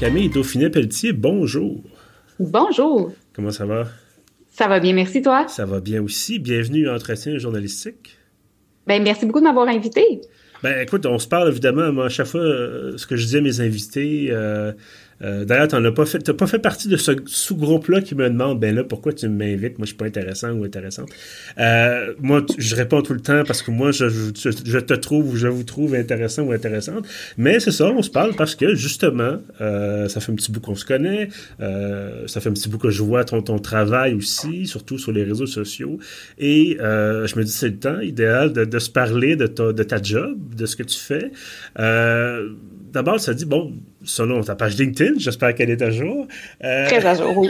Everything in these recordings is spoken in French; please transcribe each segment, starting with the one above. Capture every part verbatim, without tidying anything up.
Camille Dauphinet-Pelletier, bonjour. Bonjour. Comment ça va? Ça va bien, merci toi. Ça va bien aussi. Bienvenue à Entretien journalistique. Ben, merci beaucoup de m'avoir invité. Ben, écoute, on se parle évidemment, moi, à chaque fois, euh, ce que je disais à mes invités. Euh, euh, d'ailleurs, t'en as pas fait, t'as pas fait partie de ce sous-groupe-là qui me demande, ben là, pourquoi tu m'invites? Moi, je suis pas intéressant ou intéressante. Euh, moi, t- je réponds tout le temps parce que moi, je, je, je te trouve ou je vous trouve intéressant ou intéressante. Mais c'est ça, on se parle parce que, justement, euh, ça fait un petit bout qu'on se connaît. Euh, ça fait un petit bout que je vois ton, ton travail aussi, surtout sur les réseaux sociaux. Et euh, je me dis, c'est le temps idéal de, de se parler de ta, de ta job, de ce que tu fais. Euh, D'abord, ça dit, bon, selon ta page LinkedIn, j'espère qu'elle est à jour. Euh, Très à jour, oui.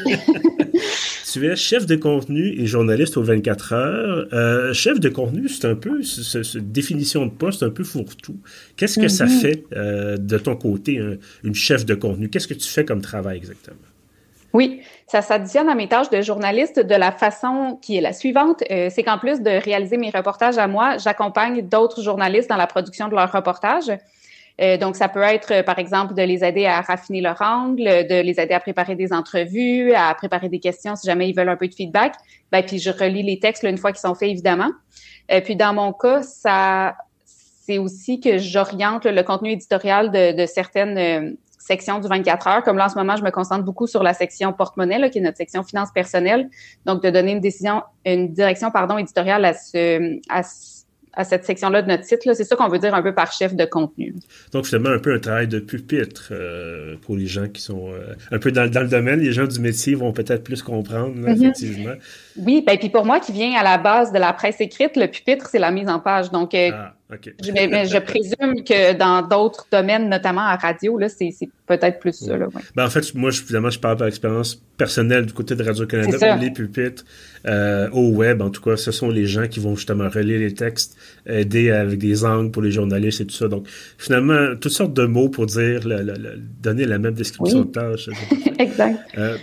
Tu es chef de contenu et journaliste aux vingt-quatre heures. Euh, chef de contenu, c'est un peu, cette définition de poste un peu fourre-tout. Qu'est-ce que mm-hmm. ça fait euh, de ton côté, un, une chef de contenu? Qu'est-ce que tu fais comme travail exactement? Oui, ça s'additionne à mes tâches de journaliste de la façon qui est la suivante. Euh, c'est qu'en plus de réaliser mes reportages à moi, j'accompagne d'autres journalistes dans la production de leurs reportages. Euh, donc, ça peut être, euh, par exemple, de les aider à raffiner leur angle, de les aider à préparer des entrevues, à préparer des questions si jamais ils veulent un peu de feedback. Ben, puis je relis les textes là, une fois qu'ils sont faits, évidemment. Euh, puis dans mon cas, ça, c'est aussi que j'oriente le contenu éditorial de, de certaines euh, sections du vingt-quatre heures. Comme là, en ce moment, je me concentre beaucoup sur la section porte-monnaie, là, qui est notre section finances personnelles. Donc, de donner une décision, une direction, pardon, éditoriale à ce, à ce à cette section-là de notre site. Là. C'est ça qu'on veut dire un peu par chef de contenu. Donc, finalement, un peu un travail de pupitre euh, pour les gens qui sont euh, un peu dans, dans le domaine. Les gens du métier vont peut-être plus comprendre, là, mm-hmm. effectivement. Oui, ben puis pour moi, qui vient à la base de la presse écrite, le pupitre, c'est la mise en page. Donc, euh, ah, okay. je, mais je présume que dans d'autres domaines, notamment à radio, là, c'est, c'est peut-être plus ouais. ça. Là, ouais. Ben, en fait, moi, je, évidemment, je parle par expérience personnelle du côté de Radio-Canada. Les pupitres euh, au web, en tout cas, ce sont les gens qui vont justement relire les textes, aider avec des angles pour les journalistes et tout ça. Donc, finalement, toutes sortes de mots pour dire, le, le, le, donner la même description oui. de tâche. Exact. Euh,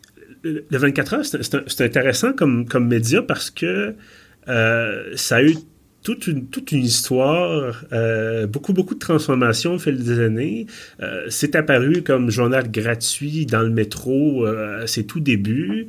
le vingt-quatre heures, c'est, c'est, c'est intéressant comme, comme média parce que euh, ça a eu toute une, toute une histoire, euh, beaucoup, beaucoup de transformations au fil des années. Euh, c'est apparu comme journal gratuit dans le métro euh, à ses tout débuts.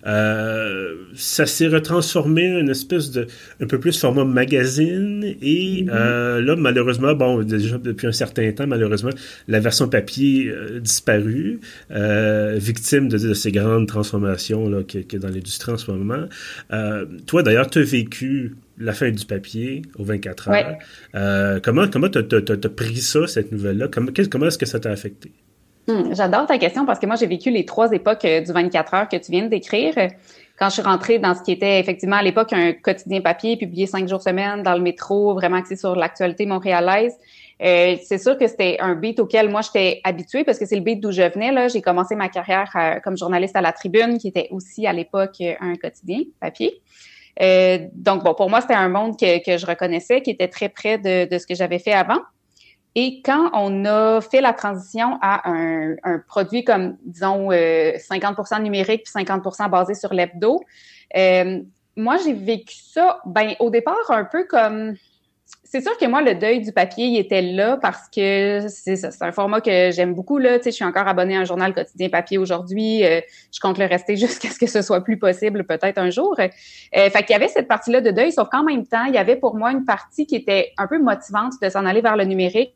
Euh, ça s'est retransformé en une espèce de, un peu plus format magazine. Et mm-hmm. euh, là, malheureusement, bon, déjà depuis un certain temps, malheureusement, la version papier euh, disparue, euh, victime de, de ces grandes transformations là, qu'il y a dans l'industrie en ce moment. Euh, toi, d'ailleurs, tu as vécu la fin du papier aux vingt-quatre heures. Ouais. Euh, comment comment t'as, t'as, t'as pris ça, cette nouvelle-là? Comment, comment est-ce que ça t'a affecté? Hum, j'adore ta question parce que moi, j'ai vécu les trois époques euh, du vingt-quatre heures que tu viens de décrire. Quand je suis rentrée dans ce qui était effectivement à l'époque un quotidien papier, publié cinq jours semaine dans le métro, vraiment axé sur l'actualité montréalaise, euh, c'est sûr que c'était un beat auquel moi, j'étais habituée parce que c'est le beat d'où je venais. Là. J'ai commencé ma carrière euh, comme journaliste à La Tribune, qui était aussi à l'époque un quotidien papier. Euh, donc, bon, pour moi, c'était un monde que, que je reconnaissais, qui était très près de, de ce que j'avais fait avant. Et quand on a fait la transition à un, un produit comme, disons, euh, cinquante pour cent numérique puis cinquante pour cent basé sur l'hebdo, euh, moi, j'ai vécu ça, ben, au départ, un peu comme... C'est sûr que moi, le deuil du papier, il était là parce que c'est ça, c'est un format que j'aime beaucoup, là. Tu sais, je suis encore abonnée à un journal quotidien papier aujourd'hui. Euh, je compte le rester jusqu'à ce que ce soit plus possible, peut-être un jour. Euh, fait qu'il y avait cette partie-là de deuil, sauf qu'en même temps, il y avait pour moi une partie qui était un peu motivante de s'en aller vers le numérique.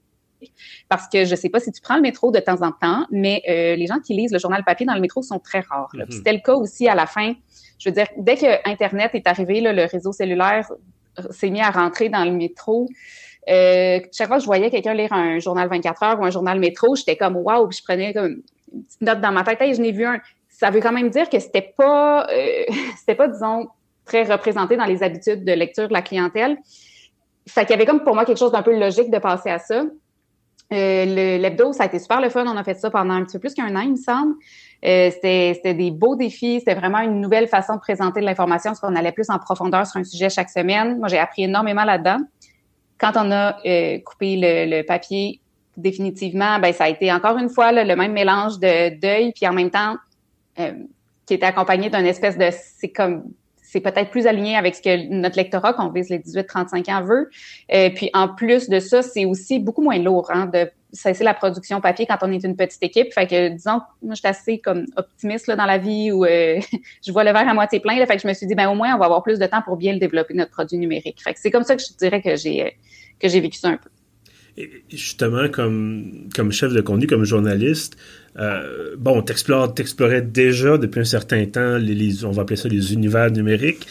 Parce que je sais pas si tu prends le métro de temps en temps, mais euh, les gens qui lisent le journal papier dans le métro sont très rares. Là. Mm-hmm. C'était le cas aussi à la fin. Je veux dire, dès que Internet est arrivé, là, le réseau cellulaire s'est mis à rentrer dans le métro. Euh, chaque fois que je voyais quelqu'un lire un journal vingt-quatre heures ou un journal métro, j'étais comme « wow », puis je prenais comme une petite note dans ma tête. Hey, je n'ai vu un. Ça veut quand même dire que c'était pas, euh, c'était pas, disons, très représenté dans les habitudes de lecture de la clientèle. Fait qu'il y avait comme pour moi quelque chose d'un peu logique de passer à ça. Euh, le, l'hebdo, ça a été super le fun. On a fait ça pendant un petit peu plus qu'un an, il me semble. Euh, c'était, c'était des beaux défis. C'était vraiment une nouvelle façon de présenter de l'information parce qu'on allait plus en profondeur sur un sujet chaque semaine. Moi, j'ai appris énormément là-dedans. Quand on a euh, coupé le, le papier définitivement, ben ça a été encore une fois là, le même mélange de deuil puis en même temps euh, qui était accompagné d'une espèce de... C'est comme... c'est peut-être plus aligné avec ce que notre lectorat, qu'on vise les dix-huit trente-cinq ans, veut. Euh, puis en plus de ça, c'est aussi beaucoup moins lourd hein, de cesser la production papier quand on est une petite équipe. Fait que, disons, moi, je suis assez comme optimiste là, dans la vie où euh, je vois le verre à moitié plein. Là, fait que je me suis dit, ben au moins, on va avoir plus de temps pour bien le développer, notre produit numérique. Fait que c'est comme ça que je dirais que j'ai que j'ai vécu ça un peu. Et justement, comme, comme chef de contenu, comme journaliste, euh, bon, t'explores, t'explorais déjà depuis un certain temps, les, les, on va appeler ça les univers numériques.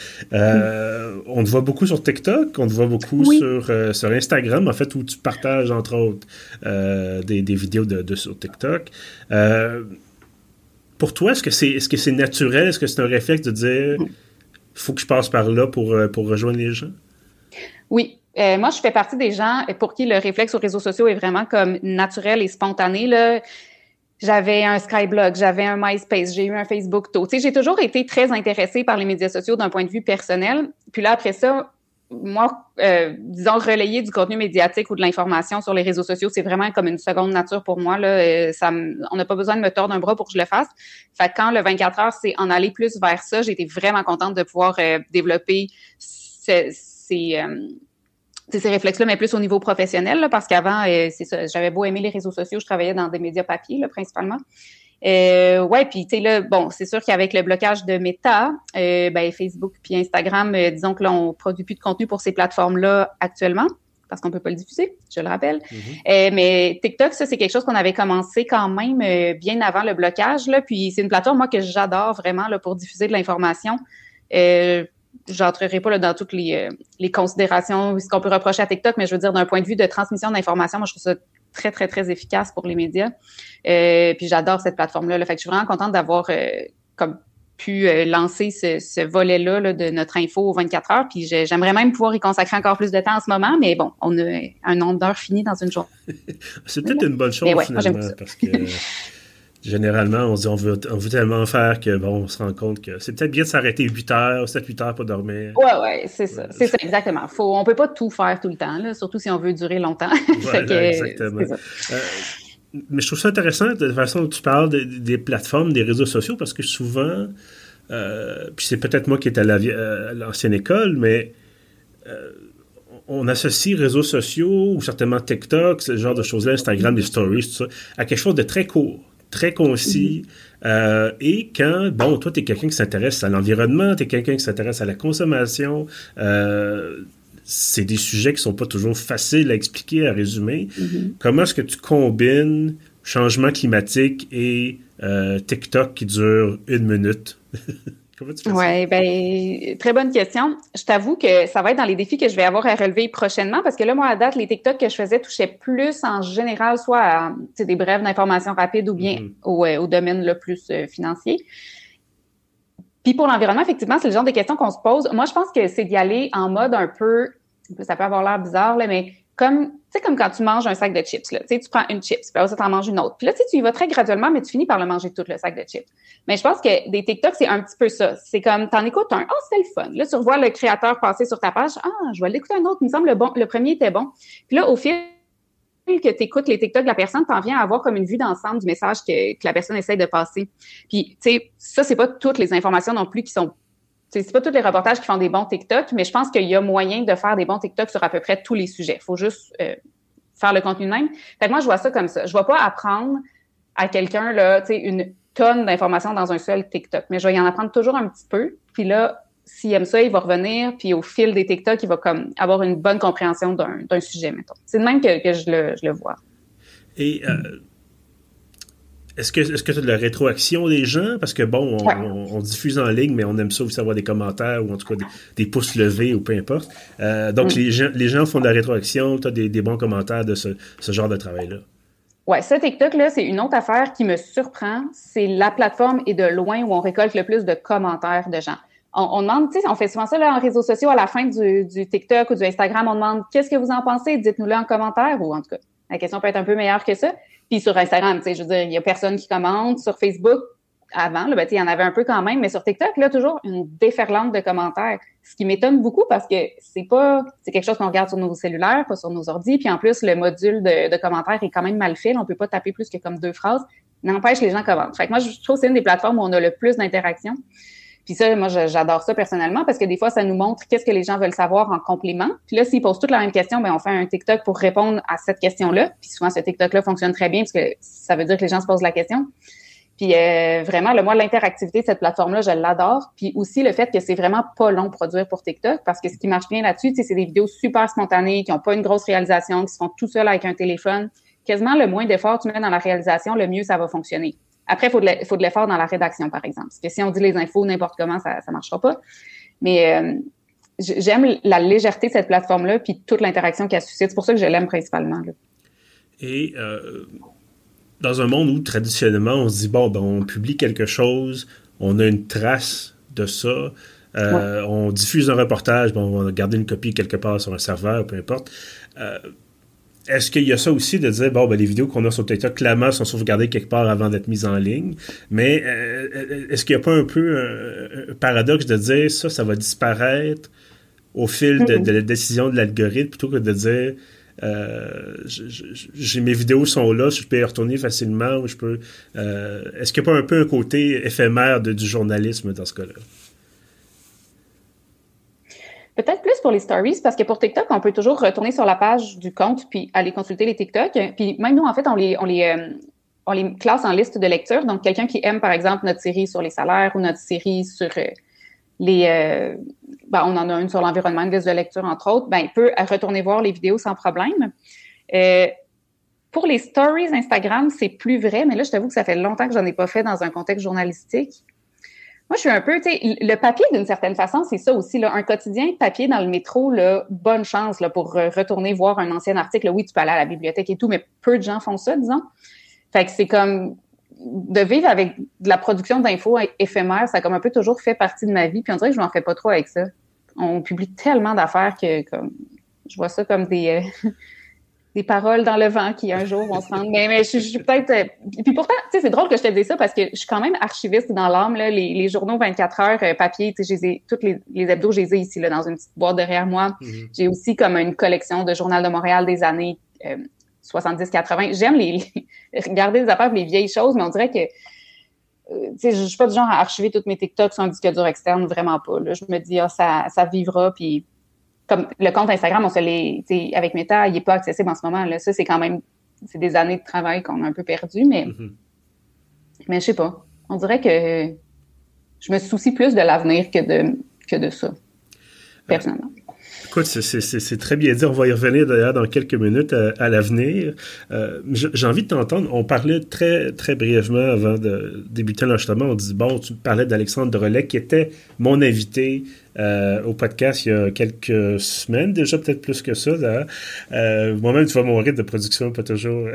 Euh, mm. On te voit beaucoup sur TikTok, on te voit beaucoup oui. sur, euh, sur Instagram, en fait, où tu partages, entre autres, euh, des, des vidéos de, de, sur TikTok. Euh, pour toi, est-ce que c'est, est-ce que c'est naturel? Est-ce que c'est un réflexe de dire il mm. faut que je passe par là pour, pour rejoindre les gens? Oui. Euh, moi, je fais partie des gens pour qui le réflexe aux réseaux sociaux est vraiment comme naturel et spontané, là. J'avais un Skyblog, j'avais un MySpace, j'ai eu un Facebook tôt. Tu sais, j'ai toujours été très intéressée par les médias sociaux d'un point de vue personnel. Puis là, après ça, moi, euh, disons, relayer du contenu médiatique ou de l'information sur les réseaux sociaux, c'est vraiment comme une seconde nature pour moi, là. Ça me, on n'a pas besoin de me tordre un bras pour que je le fasse. Fait que quand le vingt-quatre heures, c'est en aller plus vers ça, j'ai été vraiment contente de pouvoir euh, développer ce, ces... Euh, C'est ces réflexes-là, mais plus au niveau professionnel, là, parce qu'avant, euh, c'est ça, j'avais beau aimer les réseaux sociaux, je travaillais dans des médias papier, là, principalement. Euh, ouais, puis tu sais là, bon, c'est sûr qu'avec le blocage de Meta, euh, ben Facebook puis Instagram, euh, disons que là, on produit plus de contenu pour ces plateformes-là actuellement, parce qu'on peut pas le diffuser, je le rappelle. Mm-hmm. Euh, mais TikTok, ça, c'est quelque chose qu'on avait commencé quand même euh, bien avant le blocage, là. Puis c'est une plateforme, moi, que j'adore vraiment là pour diffuser de l'information. Euh, J'entrerai pas là, dans toutes les, euh, les considérations, ce qu'on peut reprocher à TikTok, mais je veux dire, d'un point de vue de transmission d'informations, moi, je trouve ça très, très, très efficace pour les médias. Euh, puis j'adore cette plateforme-là. Là. Fait que je suis vraiment contente d'avoir euh, comme pu euh, lancer ce, ce volet-là là, de notre info aux vingt-quatre heures. Puis j'aimerais même pouvoir y consacrer encore plus de temps en ce moment, mais bon, on a un nombre d'heures fini dans une journée. C'est peut-être une bonne chose, ouais, finalement, moi, parce que... Généralement, on se dit on veut, on veut tellement faire que, bon, on se rend compte que c'est peut-être bien de s'arrêter huit heures, sept huit heures pour dormir. Ouais, ouais, c'est ça. Ouais. C'est ça, exactement. Faut, on peut pas tout faire tout le temps, là, surtout si on veut durer longtemps. Voilà, que, exactement. Euh, mais je trouve ça intéressant de la façon dont tu parles de, de, des plateformes, des réseaux sociaux, parce que souvent, euh, puis c'est peut-être moi qui étais à, la, à l'ancienne école, mais euh, on associe réseaux sociaux, ou certainement TikTok, ce genre de choses-là, Instagram, les stories, tout ça, à quelque chose de très court, très concis. Mm-hmm. Euh, et quand, bon, toi, tu es quelqu'un qui s'intéresse à l'environnement, tu es quelqu'un qui s'intéresse à la consommation, euh, c'est des sujets qui sont pas toujours faciles à expliquer, à résumer. Mm-hmm. Comment est-ce que tu combines changement climatique et euh, TikTok qui dure une minute? Comment tu fais ça? Oui, bien, très bonne question. Je t'avoue que ça va être dans les défis que je vais avoir à relever prochainement parce que là, moi, à date, les TikTok que je faisais touchaient plus en général soit à des brèves d'informations rapides ou bien mm-hmm. au, au domaine le plus euh, financier. Puis pour l'environnement, effectivement, c'est le genre de questions qu'on se pose. Moi, je pense que c'est d'y aller en mode un peu, ça peut avoir l'air bizarre, là, mais comme, tu sais, comme quand tu manges un sac de chips, là. Tu sais, tu prends une chips, puis là, tu en manges une autre. Puis là, tu sais, tu y vas très graduellement, mais tu finis par le manger tout le sac de chips. Mais je pense que des TikTok, c'est un petit peu ça. C'est comme, t'en écoutes un, oh, c'était le fun. Là, tu revois le créateur passer sur ta page, ah, je vais l'écouter un autre, il me semble le bon, le premier était bon. Puis là, au fil que tu écoutes les TikTok de la personne, t'en viens à avoir comme une vue d'ensemble du message que, que la personne essaie de passer. Puis, tu sais, ça, c'est pas toutes les informations non plus qui sont C'est, c'est pas tous les reportages qui font des bons TikTok, mais je pense qu'il y a moyen de faire des bons TikTok sur à peu près tous les sujets. Il faut juste euh, faire le contenu de même. Fait que moi, je vois ça comme ça. Je ne vais pas apprendre à quelqu'un là, tu sais, une tonne d'informations dans un seul TikTok, mais je vais y en apprendre toujours un petit peu. Puis là, s'il aime ça, il va revenir, puis au fil des TikTok, il va comme avoir une bonne compréhension d'un, d'un sujet, mettons. C'est de même que, que je, le, je le vois. Et... Euh... Est-ce que est-ce que tu as de la rétroaction des gens? Parce que, bon, on, ouais. on, on diffuse en ligne, mais on aime ça aussi avoir des commentaires ou en tout cas des, des pouces levés ou peu importe. Euh, donc, mm. les, gens, les gens font de la rétroaction, tu as des, des bons commentaires de ce, ce genre de travail-là. Oui, ça, TikTok, là, c'est une autre affaire qui me surprend. C'est la plateforme et de loin où on récolte le plus de commentaires de gens. On, on demande, tu sais, on fait souvent ça là, en réseaux sociaux à la fin du, du TikTok ou du Instagram. On demande « Qu'est-ce que vous en pensez? Dites-nous-le en commentaire. » Ou en tout cas, la question peut être un peu meilleure que ça. Puis sur Instagram, tu sais, je veux dire, il y a personne qui commente. Sur Facebook, avant, là, ben, tu sais, il y en avait un peu quand même, mais sur TikTok, là, toujours une déferlante de commentaires. Ce qui m'étonne beaucoup parce que c'est pas, c'est quelque chose qu'on regarde sur nos cellulaires, pas sur nos ordi. Puis en plus, le module de, de commentaires est quand même mal fait. Là, on peut pas taper plus que comme deux phrases. N'empêche, les gens commentent. Fait que moi, je trouve que c'est une des plateformes où on a le plus d'interactions. Puis ça, moi, j'adore ça personnellement parce que des fois, ça nous montre qu'est-ce que les gens veulent savoir en complément. Puis là, s'ils posent toutes la même question, ben on fait un TikTok pour répondre à cette question-là. Puis souvent, ce TikTok-là fonctionne très bien parce que ça veut dire que les gens se posent la question. Puis euh, vraiment, le moi, l'interactivité de cette plateforme-là, je l'adore. Puis aussi le fait que c'est vraiment pas long de produire pour TikTok parce que ce qui marche bien là-dessus, c'est des vidéos super spontanées, qui ont pas une grosse réalisation, qui se font tout seuls avec un téléphone. Quasiment le moins d'efforts tu mets dans la réalisation, le mieux ça va fonctionner. Après, il faut de, faut de l'effort dans la rédaction, par exemple. Parce que si on dit les infos n'importe comment, ça ça marchera pas. Mais euh, j'aime la légèreté de cette plateforme-là puis toute l'interaction qu'elle suscite. C'est pour ça que je l'aime principalement. Là. Et... Euh... Dans un monde où, traditionnellement, on se dit, bon, ben, on publie quelque chose, on a une trace de ça, euh, ouais. on diffuse un reportage, bon, on va garder une copie quelque part sur un serveur, peu importe. Euh, est-ce qu'il y a ça aussi de dire, bon, ben, les vidéos qu'on a sur TikTok, clairement, sont sauvegardées quelque part avant d'être mises en ligne, mais euh, est-ce qu'il n'y a pas un peu un, un paradoxe de dire, ça, ça va disparaître au fil de, de la décision de l'algorithme, plutôt que de dire... Euh, j'ai mes vidéos sont là, je peux y retourner facilement, ou je peux. Euh, est-ce qu'il n'y a pas un peu un côté éphémère de, du journalisme dans ce cas-là? Peut-être plus pour les stories, parce que pour TikTok, on peut toujours retourner sur la page du compte puis aller consulter les TikTok. Puis même nous, en fait, on les, on les, euh, on les classe en liste de lecture. Donc, quelqu'un qui aime, par exemple, notre série sur les salaires ou notre série sur euh, les... Euh, ben, on en a une sur l'environnement, une liste de lecture, entre autres, ben, il peut retourner voir les vidéos sans problème. Euh, pour les stories Instagram, c'est plus vrai, mais là, je t'avoue que ça fait longtemps que j'en ai pas fait dans un contexte journalistique. Moi, je suis un peu, tu sais, le papier, d'une certaine façon, c'est ça aussi, là, un quotidien papier dans le métro, là, bonne chance là, pour retourner voir un ancien article. Là, oui, tu peux aller à la bibliothèque et tout, mais peu de gens font ça, disons. Fait que c'est comme... de vivre avec de la production d'infos éphémères, ça a comme un peu toujours fait partie de ma vie, puis on dirait que je m'en fais pas trop avec ça. On publie tellement d'affaires que comme je vois ça comme des euh, des paroles dans le vent qui un jour vont se rendre. Mais, mais je, je suis peut-être... Euh, puis pourtant, tu sais, c'est drôle que je te dise ça parce que je suis quand même archiviste dans l'âme, là, les, les journaux vingt-quatre heures euh, papier, tu sais, je les ai, toutes les, les hebdos, je les ai ici, là, dans une petite boîte derrière moi. Mm-hmm. J'ai aussi comme une collection de Journal de Montréal des années euh, soixante-dix quatre-vingt. J'aime les, les regarder des affaires, les vieilles choses, mais on dirait que euh, tu sais, je suis pas du genre à archiver toutes mes TikToks sur un disque dur externe, vraiment pas. Là. Je me dis, ah, ça, ça vivra, puis comme le compte Instagram, on se l'est, tu sais, avec Meta, il est pas accessible en ce moment. Là. Ça, c'est quand même, c'est des années de travail qu'on a un peu perdu, mais, mm-hmm. mais je sais pas. On dirait que je me soucie plus de l'avenir que de, que de ça, personnellement. Écoute, c'est, c'est, c'est très bien dit. On va y revenir d'ailleurs dans quelques minutes à, à l'avenir. Euh, j'ai envie de t'entendre. On parlait très, très brièvement avant de débuter l'enregistrement. On dit, bon, tu parlais d'Alexandre Drolet, qui était mon invité euh, au podcast il y a quelques semaines, déjà peut-être plus que ça. Euh, moi-même, tu vois, mon rythme de production, pas toujours...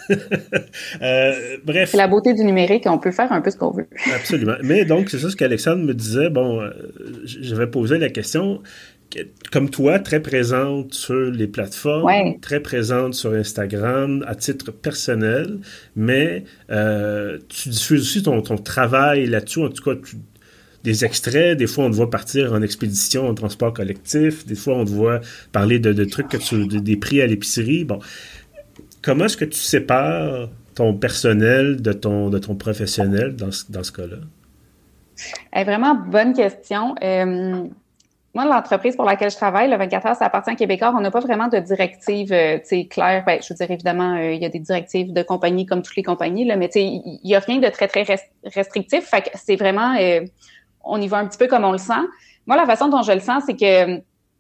euh, bref. C'est la beauté du numérique, on peut faire un peu ce qu'on veut. Absolument. Mais donc, c'est ça ce qu'Alexandre me disait. Bon, euh, j'avais posé la question... Comme toi, très présente sur les plateformes, ouais. très présente sur Instagram à titre personnel, mais euh, tu diffuses aussi ton, ton travail là-dessus. En tout cas, tu, des extraits, des fois on te voit partir en expédition, en transport collectif, des fois on te voit parler de, de trucs que tu, de, des prix à l'épicerie. Bon, comment est-ce que tu sépares ton personnel de ton, de ton professionnel dans ce, dans ce cas-là? Eh, vraiment bonne question. Euh... Moi, l'entreprise pour laquelle je travaille, le vingt-quatre heures, ça appartient à Québécois. On n'a pas vraiment de directives, euh, tu sais, claires. Ben, je veux dire, évidemment, euh, il y a des directives de compagnie comme toutes les compagnies, là, mais tu sais, il y a rien de très, très rest- restrictif. Fait que c'est vraiment, euh, on y va un petit peu comme on le sent. Moi, la façon dont je le sens, c'est que,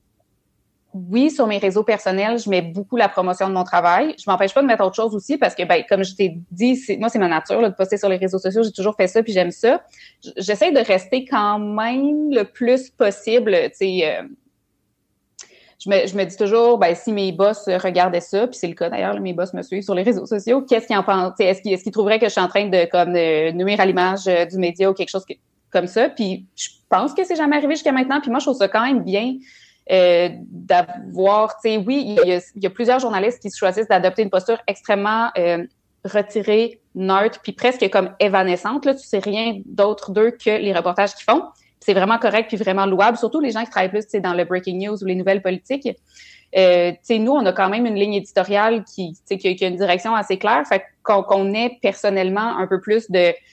oui, sur mes réseaux personnels, je mets beaucoup la promotion de mon travail. Je m'empêche pas de mettre autre chose aussi parce que, ben, comme je t'ai dit, c'est, moi, c'est ma nature là, de poster sur les réseaux sociaux. J'ai toujours fait ça, puis j'aime ça. J'essaie de rester quand même le plus possible, tu sais. Euh, je me, je me dis toujours, ben, si mes boss regardaient ça, puis c'est le cas d'ailleurs, là, mes boss me suivent sur les réseaux sociaux, qu'est-ce qu'ils en pensent? Est-ce qu'ils, est-ce qu'ils trouveraient que je suis en train de comme de nuire à l'image euh, du média ou quelque chose que, comme ça? Puis je pense que c'est jamais arrivé jusqu'à maintenant. Puis moi, je trouve ça quand même bien. Euh, d'avoir, tu sais, oui, il y, a, il y a plusieurs journalistes qui choisissent d'adopter une posture extrêmement euh, retirée, neutre, puis presque comme évanescente. Là, tu sais rien d'autre d'eux que les reportages qu'ils font. Puis c'est vraiment correct puis vraiment louable, surtout les gens qui travaillent plus, tu sais, dans le breaking news ou les nouvelles politiques. Euh, tu sais, nous, on a quand même une ligne éditoriale qui, tu sais, qui, qui a une direction assez claire. Fait qu'on, qu'on ait personnellement un peu plus de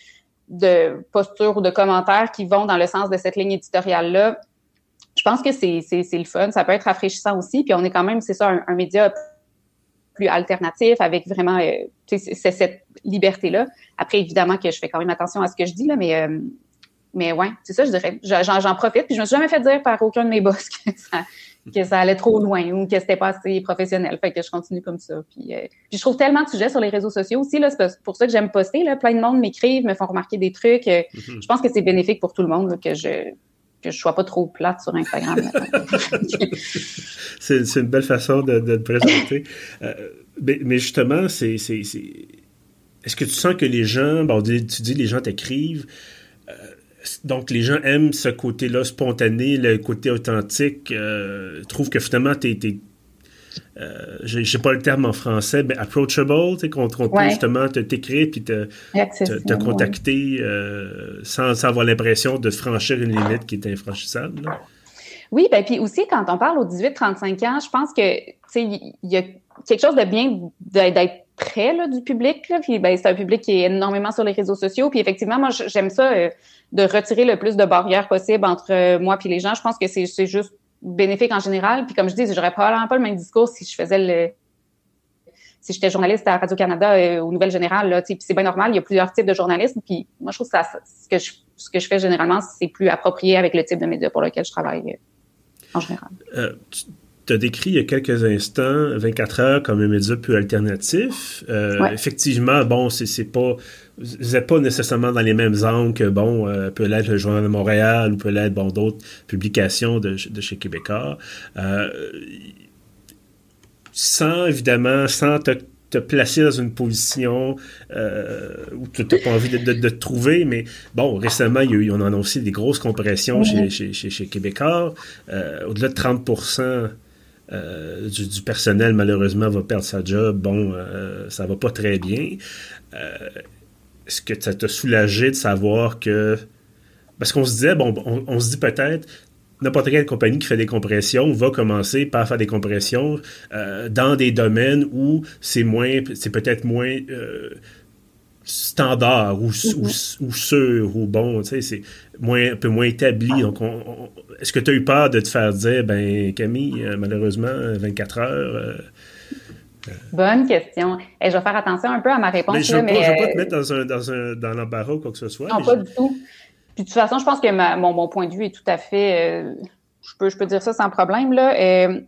de postures ou de commentaires qui vont dans le sens de cette ligne éditoriale-là, je pense que c'est, c'est, c'est le fun. Ça peut être rafraîchissant aussi. Puis on est quand même, c'est ça, un, un média plus alternatif avec vraiment euh, c'est, c'est cette liberté-là. Après, évidemment que je fais quand même attention à ce que je dis, là, mais, euh, mais ouais, c'est ça, je dirais. J'en, j'en profite. Puis je me suis jamais fait dire par aucun de mes boss que ça, que ça allait trop loin ou que c'était pas assez professionnel. Fait que je continue comme ça. Puis, euh, puis je trouve tellement de sujets sur les réseaux sociaux aussi. Là, c'est pour ça que j'aime poster. Là. Plein de monde m'écrivent, me font remarquer des trucs. Euh, mm-hmm. Je pense que c'est bénéfique pour tout le monde là, que je que je sois pas trop plate sur Instagram. c'est, c'est une belle façon de, de te présenter. Euh, mais, mais justement, c'est, c'est, c'est... est-ce que tu sens que les gens, bon, tu dis les gens t'écrivent, euh, donc les gens aiment ce côté-là spontané, le côté authentique, euh, trouvent que finalement t'es, t'es Euh, j'ai, j'ai pas le terme en français, mais approachable, tu sais, qu'on, qu'on peut ouais. justement te, t'écrire puis te, te, te contacter ouais. euh, sans, sans avoir l'impression de franchir une limite qui est infranchissable. Là. Oui, ben puis aussi, quand on parle aux dix-huit trente-cinq ans, je pense que, tu sais, il y a quelque chose de bien d'être près là, du public, là, puis ben, c'est un public qui est énormément sur les réseaux sociaux, puis effectivement, moi, j'aime ça, euh, de retirer le plus de barrières possible entre euh, moi puis les gens. Je pense que c'est, c'est juste bénéfique en général. Puis comme je dis, j'aurais probablement pas le même discours si je faisais le... si j'étais journaliste à Radio-Canada euh, aux Nouvelles Générales. Là, puis c'est bien normal, il y a plusieurs types de journalisme. Puis moi, je trouve que ça, ce, que je, ce que je fais généralement, c'est plus approprié avec le type de média pour lequel je travaille euh, en général. Euh, tu as décrit il y a quelques instants vingt-quatre heures comme un média peu alternatif. Euh, ouais. Effectivement, bon, c'est, c'est pas... vous n'êtes pas nécessairement dans les mêmes angles que, bon, euh, peut l'être le Journal de Montréal ou peut l'être, bon, d'autres publications de, de chez Québécois. Euh, sans, évidemment, sans te, te placer dans une position euh, où tu n'as pas envie de, de, de te trouver, mais bon, récemment, il y a eu, on a annoncé des grosses compressions mm-hmm. chez, chez, chez, chez Québécois. Euh, au-delà de trente pour cent euh, du, du personnel, malheureusement, va perdre sa job. Bon, euh, ça va pas très bien. Euh, Est-ce que ça t'a soulagé de savoir que... Parce qu'on se disait, bon, on, on se dit peut-être, n'importe quelle compagnie qui fait des compressions va commencer par faire des compressions euh, dans des domaines où c'est moins, c'est peut-être moins euh, standard ou, mm-hmm. ou, ou sûr ou bon, tu sais, c'est moins, un peu moins établi. Donc, on, on, est-ce que tu as eu peur de te faire dire, ben Camille, euh, malheureusement, vingt-quatre heures... Euh, Bonne question. Et je vais faire attention un peu à ma réponse. Mais je ne veux, veux euh... pas te mettre dans, un, dans, un, dans l'embarras ou quoi que ce soit. Non, pas je... du tout. Puis de toute façon, je pense que ma, mon, mon point de vue est tout à fait... Euh, je, peux, je peux dire ça sans problème. Là. Euh,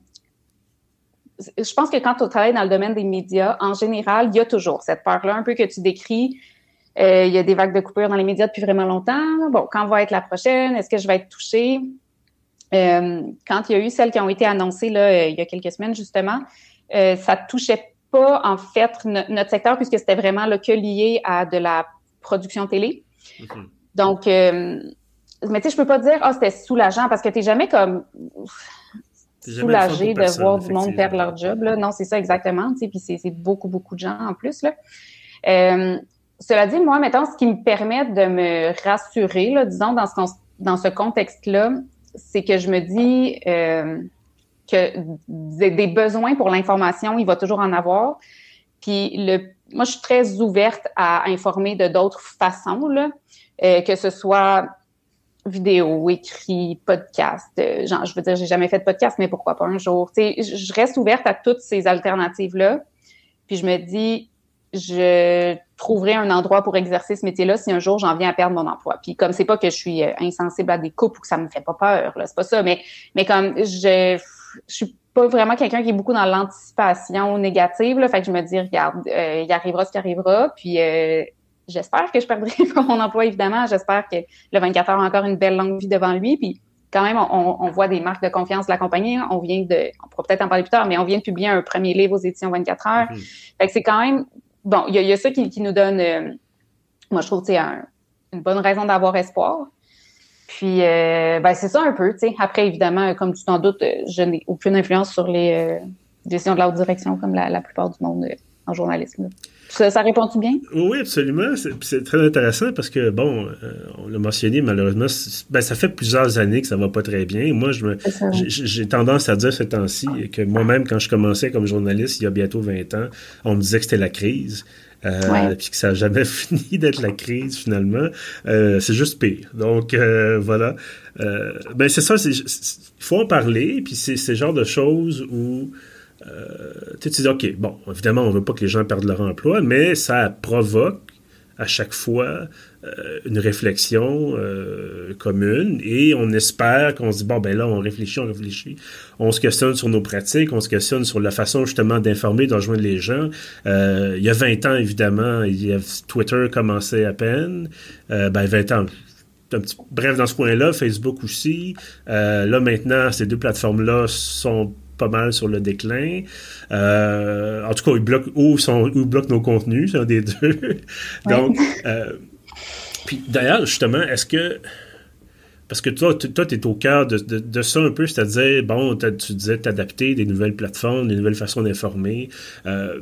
je pense que quand tu travailles dans le domaine des médias, en général, il y a toujours cette peur-là un peu que tu décris. Euh, il y a des vagues de coupures dans les médias depuis vraiment longtemps. Bon, quand va être la prochaine? Est-ce que je vais être touchée? Euh, quand il y a eu celles qui ont été annoncées là, il y a quelques semaines, justement, Euh, ça touchait pas, en fait, no- notre secteur, puisque c'était vraiment là, que lié à de la production télé. Mm-hmm. Donc, euh, mais tu sais, je peux pas dire, ah, oh, c'était soulageant, parce que t'es jamais comme t'es soulagé jamais de personne, voir du monde perdre leur job, là. Non, c'est ça, exactement, tu sais, puis c'est, c'est beaucoup, beaucoup de gens, en plus, là. Euh, cela dit, moi, mettons, ce qui me permet de me rassurer, là, disons, dans ce, dans ce contexte-là, c'est que je me dis... Euh, que des besoins pour l'information, il va toujours en avoir. Puis le, moi, je suis très ouverte à informer de d'autres façons, là, euh, que ce soit vidéo, écrit, podcast. Euh, genre, je veux dire, j'ai jamais fait de podcast, mais pourquoi pas un jour. Tu sais, je reste ouverte à toutes ces alternatives-là. Puis je me dis, je trouverai un endroit pour exercer ce métier-là si un jour j'en viens à perdre mon emploi. Puis comme c'est pas que je suis insensible à des coupes ou que ça me fait pas peur, là, c'est pas ça, mais mais comme je je suis pas vraiment quelqu'un qui est beaucoup dans l'anticipation négative, là, fait que je me dis, regarde, euh, il arrivera ce qui arrivera, puis euh, j'espère que je perdrai pas mon emploi, évidemment, j'espère que le vingt-quatre heures a encore une belle longue vie devant lui, puis quand même, on, on voit des marques de confiance de la compagnie, on vient de, on pourra peut-être en parler plus tard, mais on vient de publier un premier livre aux éditions vingt-quatre heures, mmh. Fait que c'est quand même, bon, il y, y a ça qui, qui nous donne, euh, moi je trouve, tu sais, un, une bonne raison d'avoir espoir. Puis, euh, ben c'est ça un peu, tu sais. Après, évidemment, comme tu t'en doutes, je n'ai aucune influence sur les euh, décisions de la haute direction, comme la, la plupart du monde euh, en journalisme. Ça, ça répond-tu bien? Oui, absolument. C'est, c'est très intéressant parce que, bon, euh, on l'a mentionné, malheureusement, ben, ça fait plusieurs années que ça va pas très bien. Moi, je me, ça, ouais. j'ai, j'ai tendance à dire ces temps-ci que moi-même, quand je commençais comme journaliste, il y a bientôt vingt ans, on me disait que c'était la crise. euh, ouais. puis que ça n'a jamais fini d'être la crise, finalement, euh, c'est juste pire. Donc, euh, voilà. Euh, ben, c'est ça, il faut en parler, puis c'est ce genre de choses où euh, tu te dis, OK, bon, évidemment, on veut pas que les gens perdent leur emploi, mais ça provoque à chaque fois euh, une réflexion euh, commune et on espère qu'on se dit, bon, ben là, on réfléchit, on réfléchit, on se questionne sur nos pratiques, on se questionne sur la façon justement d'informer, de rejoindre les gens. Euh, il y a vingt ans, évidemment, il y a, Twitter commençait à peine. Euh, ben, vingt ans, un petit, bref, dans ce coin-là, Facebook aussi. Euh, là, maintenant, ces deux plateformes-là sont pas mal sur le déclin. Euh, en tout cas, ils bloquent ou, sont, ou ils bloquent nos contenus, c'est un des deux. Donc, ouais. euh, puis d'ailleurs, justement, est-ce que... Parce que toi, tu es au cœur de, de, de ça un peu, c'est-à-dire, bon, tu disais t'adapter des nouvelles plateformes, des nouvelles façons d'informer. Euh,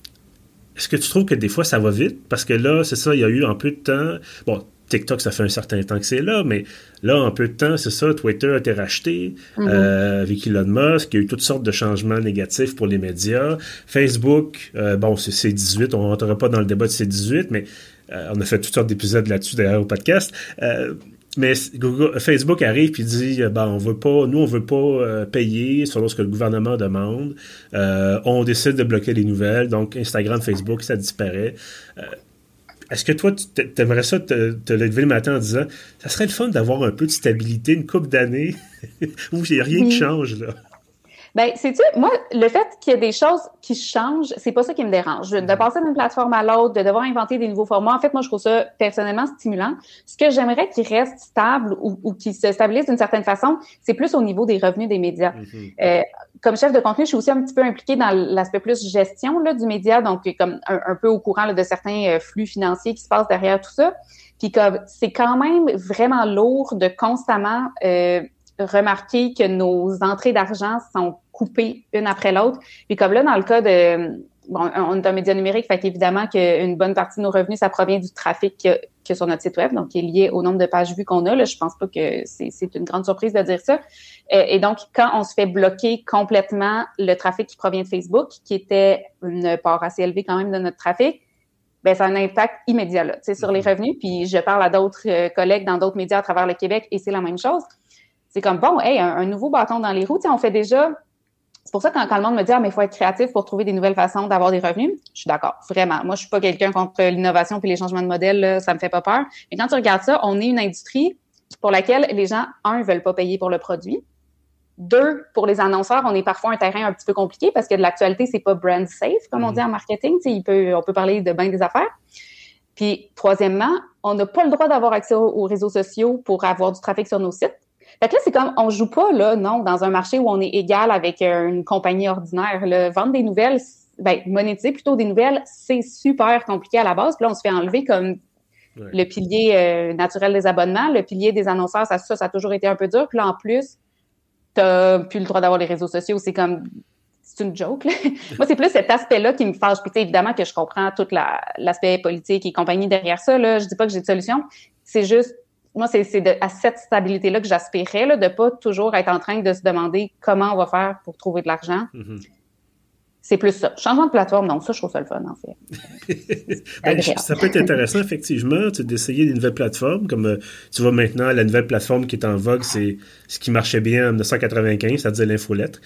est-ce que tu trouves que des fois, ça va vite? Parce que là, c'est ça, il y a eu en peu de temps... Bon, TikTok, ça fait un certain temps que c'est là, mais là, en peu de temps, c'est ça, Twitter a été racheté mm-hmm. euh, avec Elon Musk, il y a eu toutes sortes de changements négatifs pour les médias. Facebook, euh, bon, c'est C dix-huit, on ne rentrera pas dans le débat de C dix-huit, mais euh, on a fait toutes sortes d'épisodes là-dessus, d'ailleurs, au podcast. Euh, mais Google, Facebook arrive et dit, ben, on veut pas, nous, on veut pas euh, payer selon ce que le gouvernement demande. Euh, on décide de bloquer les nouvelles, donc Instagram, Facebook, ça disparaît. Euh, Est-ce que toi, tu aimerais ça te, te lever le matin en disant ça serait le fun d'avoir un peu de stabilité, une couple d'années où il n'y a rien oui. qui change, là? Ben, sais-tu, moi, le fait qu'il y ait des choses qui changent, c'est pas ça qui me dérange. De passer d'une plateforme à l'autre, de devoir inventer des nouveaux formats, en fait, moi, je trouve ça personnellement stimulant. Ce que j'aimerais qu'il reste stable ou, ou qu'il se stabilise d'une certaine façon, c'est plus au niveau des revenus des médias. Mm-hmm. Euh, comme chef de contenu, je suis aussi un petit peu impliquée dans l'aspect plus gestion là, du média, donc comme un, un peu au courant là, de certains flux financiers qui se passent derrière tout ça. Puis comme c'est quand même vraiment lourd de constamment euh, remarquer que nos entrées d'argent sont coupées une après l'autre. Puis comme là, dans le cas de... Bon, on est un média numérique, fait qu'évidemment qu'une bonne partie de nos revenus, ça provient du trafic que, que sur notre site web, donc qui est lié au nombre de pages vues qu'on a. Là, je pense pas que c'est, c'est une grande surprise de dire ça. Et, et donc, quand on se fait bloquer complètement le trafic qui provient de Facebook, qui était une part assez élevée quand même de notre trafic, ben ça a un impact immédiat là, tu sais, sur les revenus. Puis je parle à d'autres euh, collègues dans d'autres médias à travers le Québec et c'est la même chose. C'est comme, bon, hey, un, un nouveau bâton dans les roues, tu sais, on fait déjà... C'est pour ça que quand, quand le monde me dit « Ah, mais il faut être créatif pour trouver des nouvelles façons d'avoir des revenus », je suis d'accord, vraiment. Moi, je suis pas quelqu'un contre l'innovation puis les changements de modèle, là, ça me fait pas peur. Mais quand tu regardes ça, on est une industrie pour laquelle les gens, un, veulent pas payer pour le produit. Deux, pour les annonceurs, on est parfois un terrain un petit peu compliqué parce que de l'actualité, c'est pas brand safe, comme on dit en marketing. Tu sais, il peut, on peut parler de bien des affaires. Puis, troisièmement, on n'a pas le droit d'avoir accès aux, aux réseaux sociaux pour avoir du trafic sur nos sites. Fait que là, c'est comme, on joue pas, là, non, dans un marché où on est égal avec euh, une compagnie ordinaire. Là. Vendre des nouvelles, ben, monétiser plutôt des nouvelles, c'est super compliqué à la base. Puis là, on se fait enlever comme ouais. le pilier euh, naturel des abonnements, le pilier des annonceurs, ça, ça, ça a toujours été un peu dur. Puis là, en plus, t'as plus le droit d'avoir les réseaux sociaux. C'est comme, c'est une joke, là. Moi, c'est plus cet aspect-là qui me fâche. Puis tu sais, évidemment que je comprends tout la, l'aspect politique et compagnie derrière ça, là. Je dis pas que j'ai de solution. C'est juste, moi, c'est, c'est de, à cette stabilité-là que j'aspirais, là, de pas toujours être en train de se demander comment on va faire pour trouver de l'argent. Mm-hmm. C'est plus ça. Changement de plateforme, non, ça, je trouve ça le fun, en fait. ben, ça peut être intéressant, effectivement, tu sais, d'essayer des nouvelles plateformes, comme euh, tu vois maintenant, la nouvelle plateforme qui est en vogue, c'est ce qui marchait bien en dix-neuf cent quatre-vingt-quinze, c'est-à-dire l'infolettre.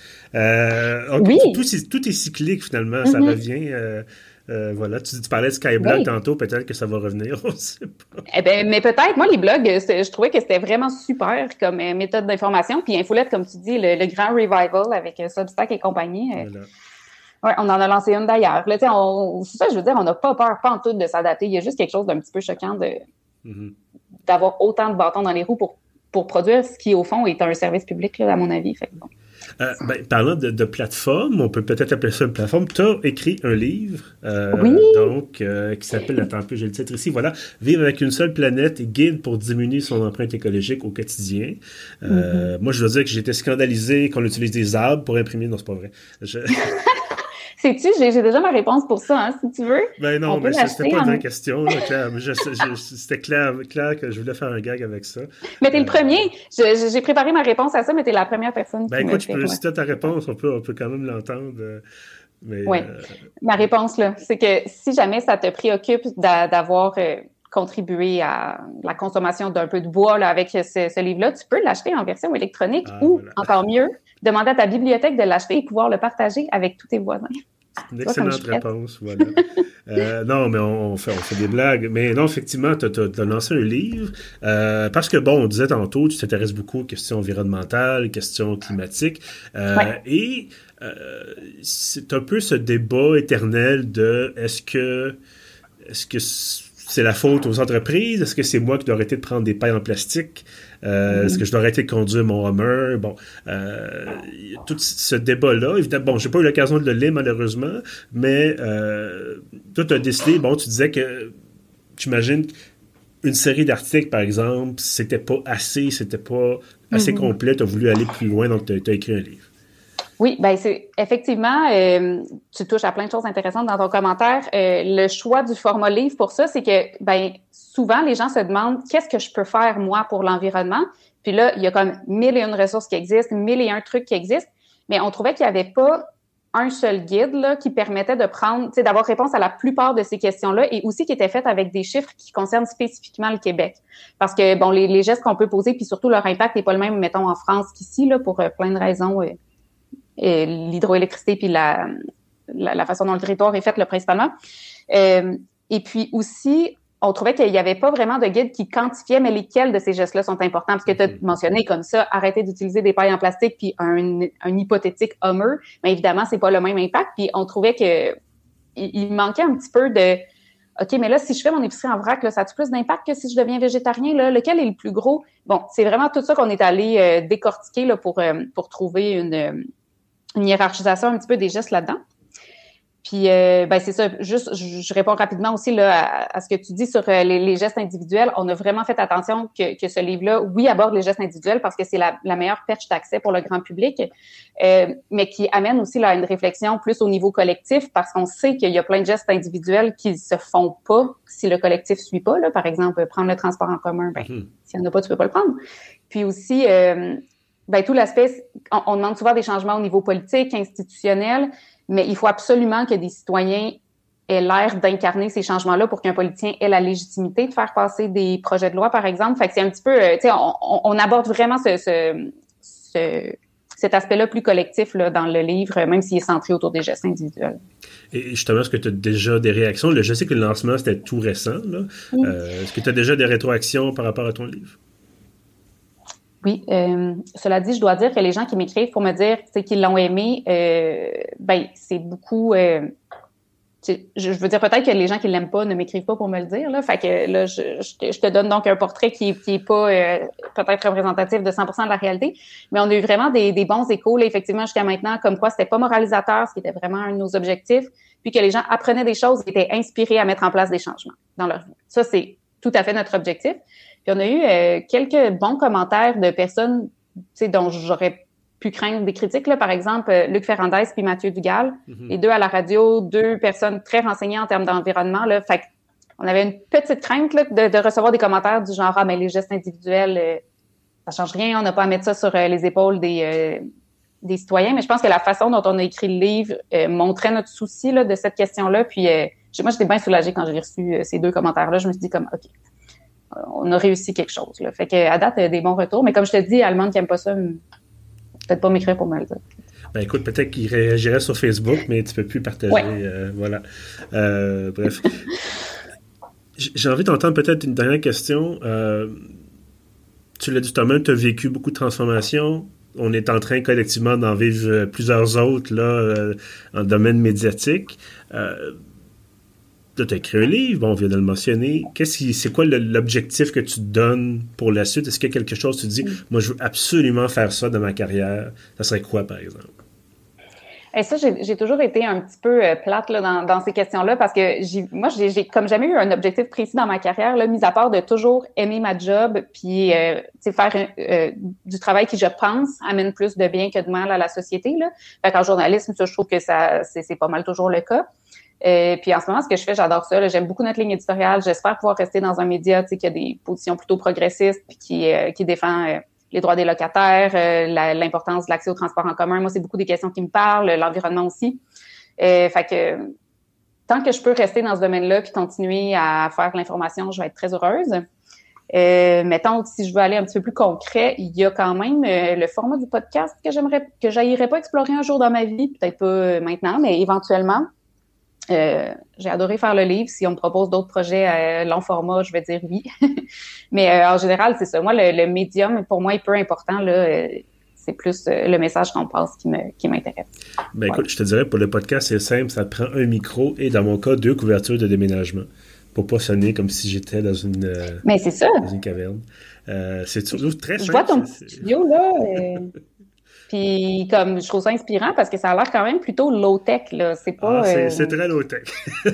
Euh, donc, oui. tout, tout, tout est cyclique, finalement, mm-hmm. ça revient... Euh, Euh, voilà, tu, tu parlais de Skyblog oui. tantôt, peut-être que ça va revenir, on ne sait pas. Eh bien, mais peut-être, moi, les blogs, je trouvais que c'était vraiment super comme euh, méthode d'information. Puis Infolette, comme tu dis, le, le grand revival avec euh, Substack et compagnie. Euh, voilà. Ouais, on en a lancé une d'ailleurs. Là, on, c'est ça, je veux dire, on n'a pas peur, pas en tout, de s'adapter. Il y a juste quelque chose d'un petit peu choquant de mm-hmm. d'avoir autant de bâtons dans les roues pour, pour produire ce qui, au fond, est un service public, là, à mon avis. Fait que bon. Euh, ben, parlant de, de plateforme, on peut peut-être appeler ça une plateforme. Tu as écrit un livre euh, oui. donc, euh, qui s'appelle, attends un peu, j'ai le titre ici, voilà, Vivre avec une seule planète et guide pour diminuer son empreinte écologique au quotidien. Euh, mm-hmm. Moi, je veux dire que j'étais scandalisé qu'on utilise des arbres pour imprimer. Non, c'est pas vrai. Je... Sais-tu, j'ai, j'ai déjà ma réponse pour ça, hein, si tu veux. Ben non, mais ça, c'était pas en... une vraie question, là, Claire. Je, je, c'était clair, clair que je voulais faire un gag avec ça. Mais t'es euh... le premier. Je, j'ai préparé ma réponse à ça, mais t'es la première personne ben qui écoute, me je fait. peux, Ouais. si t'as ta réponse, on peut, on peut quand même l'entendre. Mais, Oui. euh... Ma réponse, là, c'est que si jamais ça te préoccupe d'a- d'avoir euh, contribué à la consommation d'un peu de bois là, avec ce, ce livre-là, tu peux l'acheter en version électronique Ah, ou, voilà. encore mieux, demander à ta bibliothèque de l'acheter et pouvoir le partager avec tous tes voisins. C'est une Tu vois comme je excellente suis prête. réponse, voilà. Euh, non, mais on, on fait, on fait des blagues. Mais non, effectivement, tu as lancé un livre euh, parce que, bon, on disait tantôt, tu t'intéresses beaucoup aux questions environnementales, questions climatiques. Euh, Ouais. et euh, c'est un peu ce débat éternel de est-ce que est-ce que c'est la faute aux entreprises? Est-ce que c'est moi qui dois arrêter de prendre des pailles en plastique? Euh, est-ce que je dois arrêter de conduire mon Hummer? Bon, euh, tout ce débat-là, évidemment, bon, j'ai pas eu l'occasion de le lire malheureusement, mais euh, toi, tu as décidé, bon, tu disais que tu imagines une série d'articles, par exemple, c'était pas assez, c'était pas assez Mm-hmm. complet, tu as voulu aller plus loin, donc tu as écrit un livre. Oui, ben c'est effectivement, euh, tu touches à plein de choses intéressantes dans ton commentaire. Euh, le choix du format livre pour ça, c'est que ben souvent les gens se demandent qu'est-ce que je peux faire moi pour l'environnement. Puis là, il y a comme mille et une ressources qui existent, mille et un trucs qui existent, mais on trouvait qu'il n'y avait pas un seul guide là, qui permettait de prendre, tu sais, d'avoir réponse à la plupart de ces questions-là et aussi qui était fait avec des chiffres qui concernent spécifiquement le Québec. Parce que bon, les, les gestes qu'on peut poser, puis surtout leur impact n'est pas le même, mettons en France qu'ici là, pour euh, plein de raisons. Euh, Et l'hydroélectricité puis la, la, la façon dont le territoire est fait, là, principalement. Euh, et puis aussi, on trouvait qu'il n'y avait pas vraiment de guide qui quantifiait, mais lesquels de ces gestes-là sont importants. Parce que tu as mentionné comme ça, arrêter d'utiliser des pailles en plastique puis un, un hypothétique Hummer, mais évidemment, c'est pas le même impact. Puis on trouvait que il manquait un petit peu de OK, mais là, si je fais mon épicerie en vrac, là, ça a-tu plus d'impact que si je deviens végétarien? Là? Lequel est le plus gros? Bon, c'est vraiment tout ça qu'on est allé euh, décortiquer là, pour, euh, pour trouver une... une hiérarchisation un petit peu des gestes là-dedans. Puis, euh, ben c'est ça. Juste, je, je réponds rapidement aussi là, à, à ce que tu dis sur euh, les, les gestes individuels. On a vraiment fait attention que, que ce livre-là, oui, aborde les gestes individuels parce que c'est la, la meilleure perche d'accès pour le grand public, euh, mais qui amène aussi là, une réflexion plus au niveau collectif parce qu'on sait qu'il y a plein de gestes individuels qui se font pas si le collectif suit pas. Là. Par exemple, prendre le transport en commun, ben, mm-hmm. s'il n'y en a pas, tu peux pas le prendre. Puis aussi... Euh, ben, tout l'aspect, on, on demande souvent des changements au niveau politique, institutionnel, mais il faut absolument que des citoyens aient l'air d'incarner ces changements-là pour qu'un politicien ait la légitimité de faire passer des projets de loi, par exemple. Fait que c'est un petit peu, tu sais, on, on aborde vraiment ce, ce, ce, cet aspect-là plus collectif là, dans le livre, même s'il est centré autour des gestes individuels. Et justement, est-ce que tu as déjà des réactions? Là, je sais que le lancement, c'était tout récent. Là. Mm. Euh, est-ce que tu as déjà des rétroactions par rapport à ton livre? Oui, euh, cela dit, je dois dire que les gens qui m'écrivent pour me dire qu'ils l'ont aimé, euh, ben c'est beaucoup. Euh, je, je veux dire peut-être que les gens qui l'aiment pas ne m'écrivent pas pour me le dire. Là, fait que là, je, je, te, je te donne donc un portrait qui qui est pas euh, peut-être représentatif de cent pour cent de la réalité, mais on a eu vraiment des, des bons échos là, effectivement jusqu'à maintenant, comme quoi c'était pas moralisateur, ce qui était vraiment un de nos objectifs, puis que les gens apprenaient des choses, étaient inspirés à mettre en place des changements dans leur vie. Ça c'est tout à fait notre objectif. Puis on a eu euh, quelques bons commentaires de personnes, tu sais, dont j'aurais pu craindre des critiques. Là, par exemple, Luc Ferrandez puis Mathieu Dugal, mm-hmm. les deux à la radio, deux personnes très renseignées en termes d'environnement. Là, fait qu'on avait une petite crainte là, de, de recevoir des commentaires du genre « Ah, mais les gestes individuels, euh, ça change rien, on n'a pas à mettre ça sur euh, les épaules des, euh, des citoyens. » Mais je pense que la façon dont on a écrit le livre euh, montrait notre souci là, de cette question-là. Puis euh, moi, j'étais bien soulagée quand j'ai reçu euh, ces deux commentaires-là. Je me suis dit comme « OK. » On a réussi quelque chose. Là. Fait qu'à date, il y a des bons retours. Mais comme je te dis, Allemande qui n'aime pas ça, peut-être pas m'écrire pour me le dire. Ben écoute, peut-être qu'il réagirait sur Facebook, mais tu peux plus partager. Ouais. Euh, voilà. Euh, bref. J'ai envie d'entendre peut-être une dernière question. Euh, tu l'as dit toi-même, tu as vécu beaucoup de transformations. On est en train collectivement d'en vivre plusieurs autres là, euh, en domaine médiatique. Euh, Tu as écrit un livre, bon, on vient de le mentionner. Qu'est-ce qui, c'est quoi le, l'objectif que tu te donnes pour la suite? Est-ce qu'il y a quelque chose que tu te dis, mm. moi, je veux absolument faire ça dans ma carrière? Ça serait quoi, par exemple? Et ça, j'ai, j'ai toujours été un petit peu euh, plate là, dans, dans ces questions-là parce que j'ai, moi, j'ai, j'ai comme jamais eu un objectif précis dans ma carrière, là, mis à part de toujours aimer ma job puis euh, faire euh, du travail qui, je pense, amène plus de bien que de mal à la société. Là. Fait qu'en journalisme, ça, je trouve que ça, c'est, c'est pas mal toujours le cas. Euh, puis en ce moment, ce que je fais, j'adore ça. Là. J'aime beaucoup notre ligne éditoriale. J'espère pouvoir rester dans un média, tu sais, qui a des positions plutôt progressistes, puis qui euh, qui défend euh, les droits des locataires, euh, la, l'importance de l'accès au transport en commun. Moi, c'est beaucoup des questions qui me parlent, l'environnement aussi. Euh, fait que tant que je peux rester dans ce domaine-là puis continuer à faire de l'information, je vais être très heureuse. Euh, mettons, si je veux aller un petit peu plus concret, il y a quand même euh, le format du podcast que j'aimerais, que j'aillerais pas explorer un jour dans ma vie, peut-être pas euh, maintenant, mais éventuellement. Euh, j'ai adoré faire le livre. Si on me propose d'autres projets à long format, je vais dire oui. Mais euh, en général, c'est ça. Moi, le, le médium, pour moi, est peu important. Là, euh, c'est plus euh, le message qu'on passe qui, me, qui m'intéresse. Ben écoute, ouais. Je te dirais, pour le podcast, c'est simple. Ça te prend un micro et, dans mon cas, deux couvertures de déménagement pour pas sonner comme si j'étais dans une, euh, Mais c'est ça. Dans une caverne. Euh, c'est toujours très simple. Je vois ton petit studio, là. Euh... Puis, comme, je trouve ça inspirant parce que ça a l'air quand même plutôt low-tech, là. C'est pas... Ah, c'est, euh... c'est très low-tech.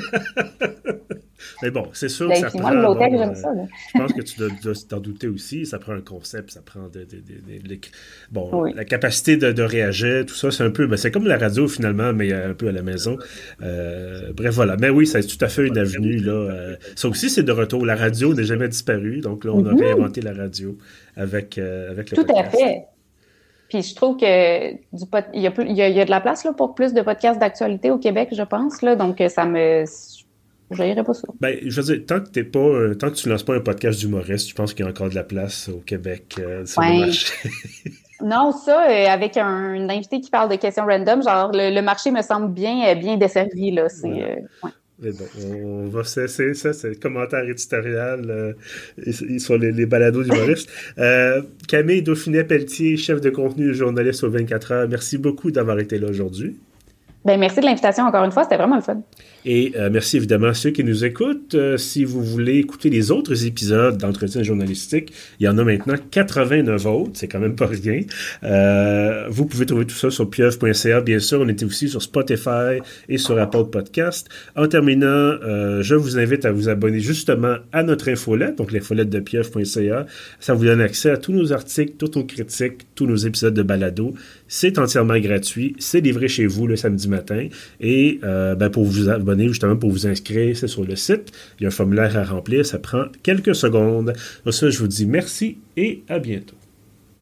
Mais bon, c'est sûr ben, que ça prend... Moi, le low-tech, bon, j'aime euh, ça, là. Je pense que tu dois, dois t'en douter aussi. Ça prend un concept, ça prend de, de, de, de, de bon, oui. La capacité de, de réagir, tout ça, c'est un peu... Ben, c'est comme la radio, finalement, mais un peu à la maison. Euh, bref, voilà. Mais oui, c'est tout à fait une avenue, là. Euh, ça aussi, c'est de retour. La radio n'est jamais disparue. Donc là, on a mm-hmm. réinventé la radio avec, euh, avec le tout podcast. Tout à fait. Puis je trouve que du pod... il, y a plus... il, y a, il y a de la place là, pour plus de podcasts d'actualité au Québec, je pense. Là, donc ça me... Je n'irais pas ça. Ben, je veux dire, tant que t'es pas, euh, tant que tu ne lances pas un podcast d'humoriste, je pense qu'il y a encore de la place au Québec euh, sur ouais. le marché. Non, ça, euh, avec un, un invité qui parle de questions random, genre le, le marché me semble bien, bien desservi, là. C'est, ouais. Euh, ouais. Mais bon, on va cesser ça, c'est le commentaire éditorial euh, sur les, les balados d'humoristes. Euh, Camille Dauphinet-Pelletier, chef de contenu et journaliste aux vingt-quatre heures, merci beaucoup d'avoir été là aujourd'hui. Ben, merci de l'invitation encore une fois, c'était vraiment le fun. Et euh, merci évidemment à ceux qui nous écoutent. Euh, si vous voulez écouter les autres épisodes d'entretien journalistique, il y en a maintenant quatre-vingt-neuf autres, c'est quand même pas rien. Euh, vous pouvez trouver tout ça sur pieuvre point c a, bien sûr. On était aussi sur Spotify et sur Apple Podcast. En terminant, euh, je vous invite à vous abonner justement à notre infolette, donc l'infolette de pieuvre point c a. Ça vous donne accès à tous nos articles, toutes nos critiques, tous nos épisodes de balado. C'est entièrement gratuit. C'est livré chez vous le samedi matin. Et euh, ben, pour vous abonner, justement, pour vous inscrire, c'est sur le site. Il y a un formulaire à remplir. Ça prend quelques secondes. Pour ça, je vous dis merci et à bientôt.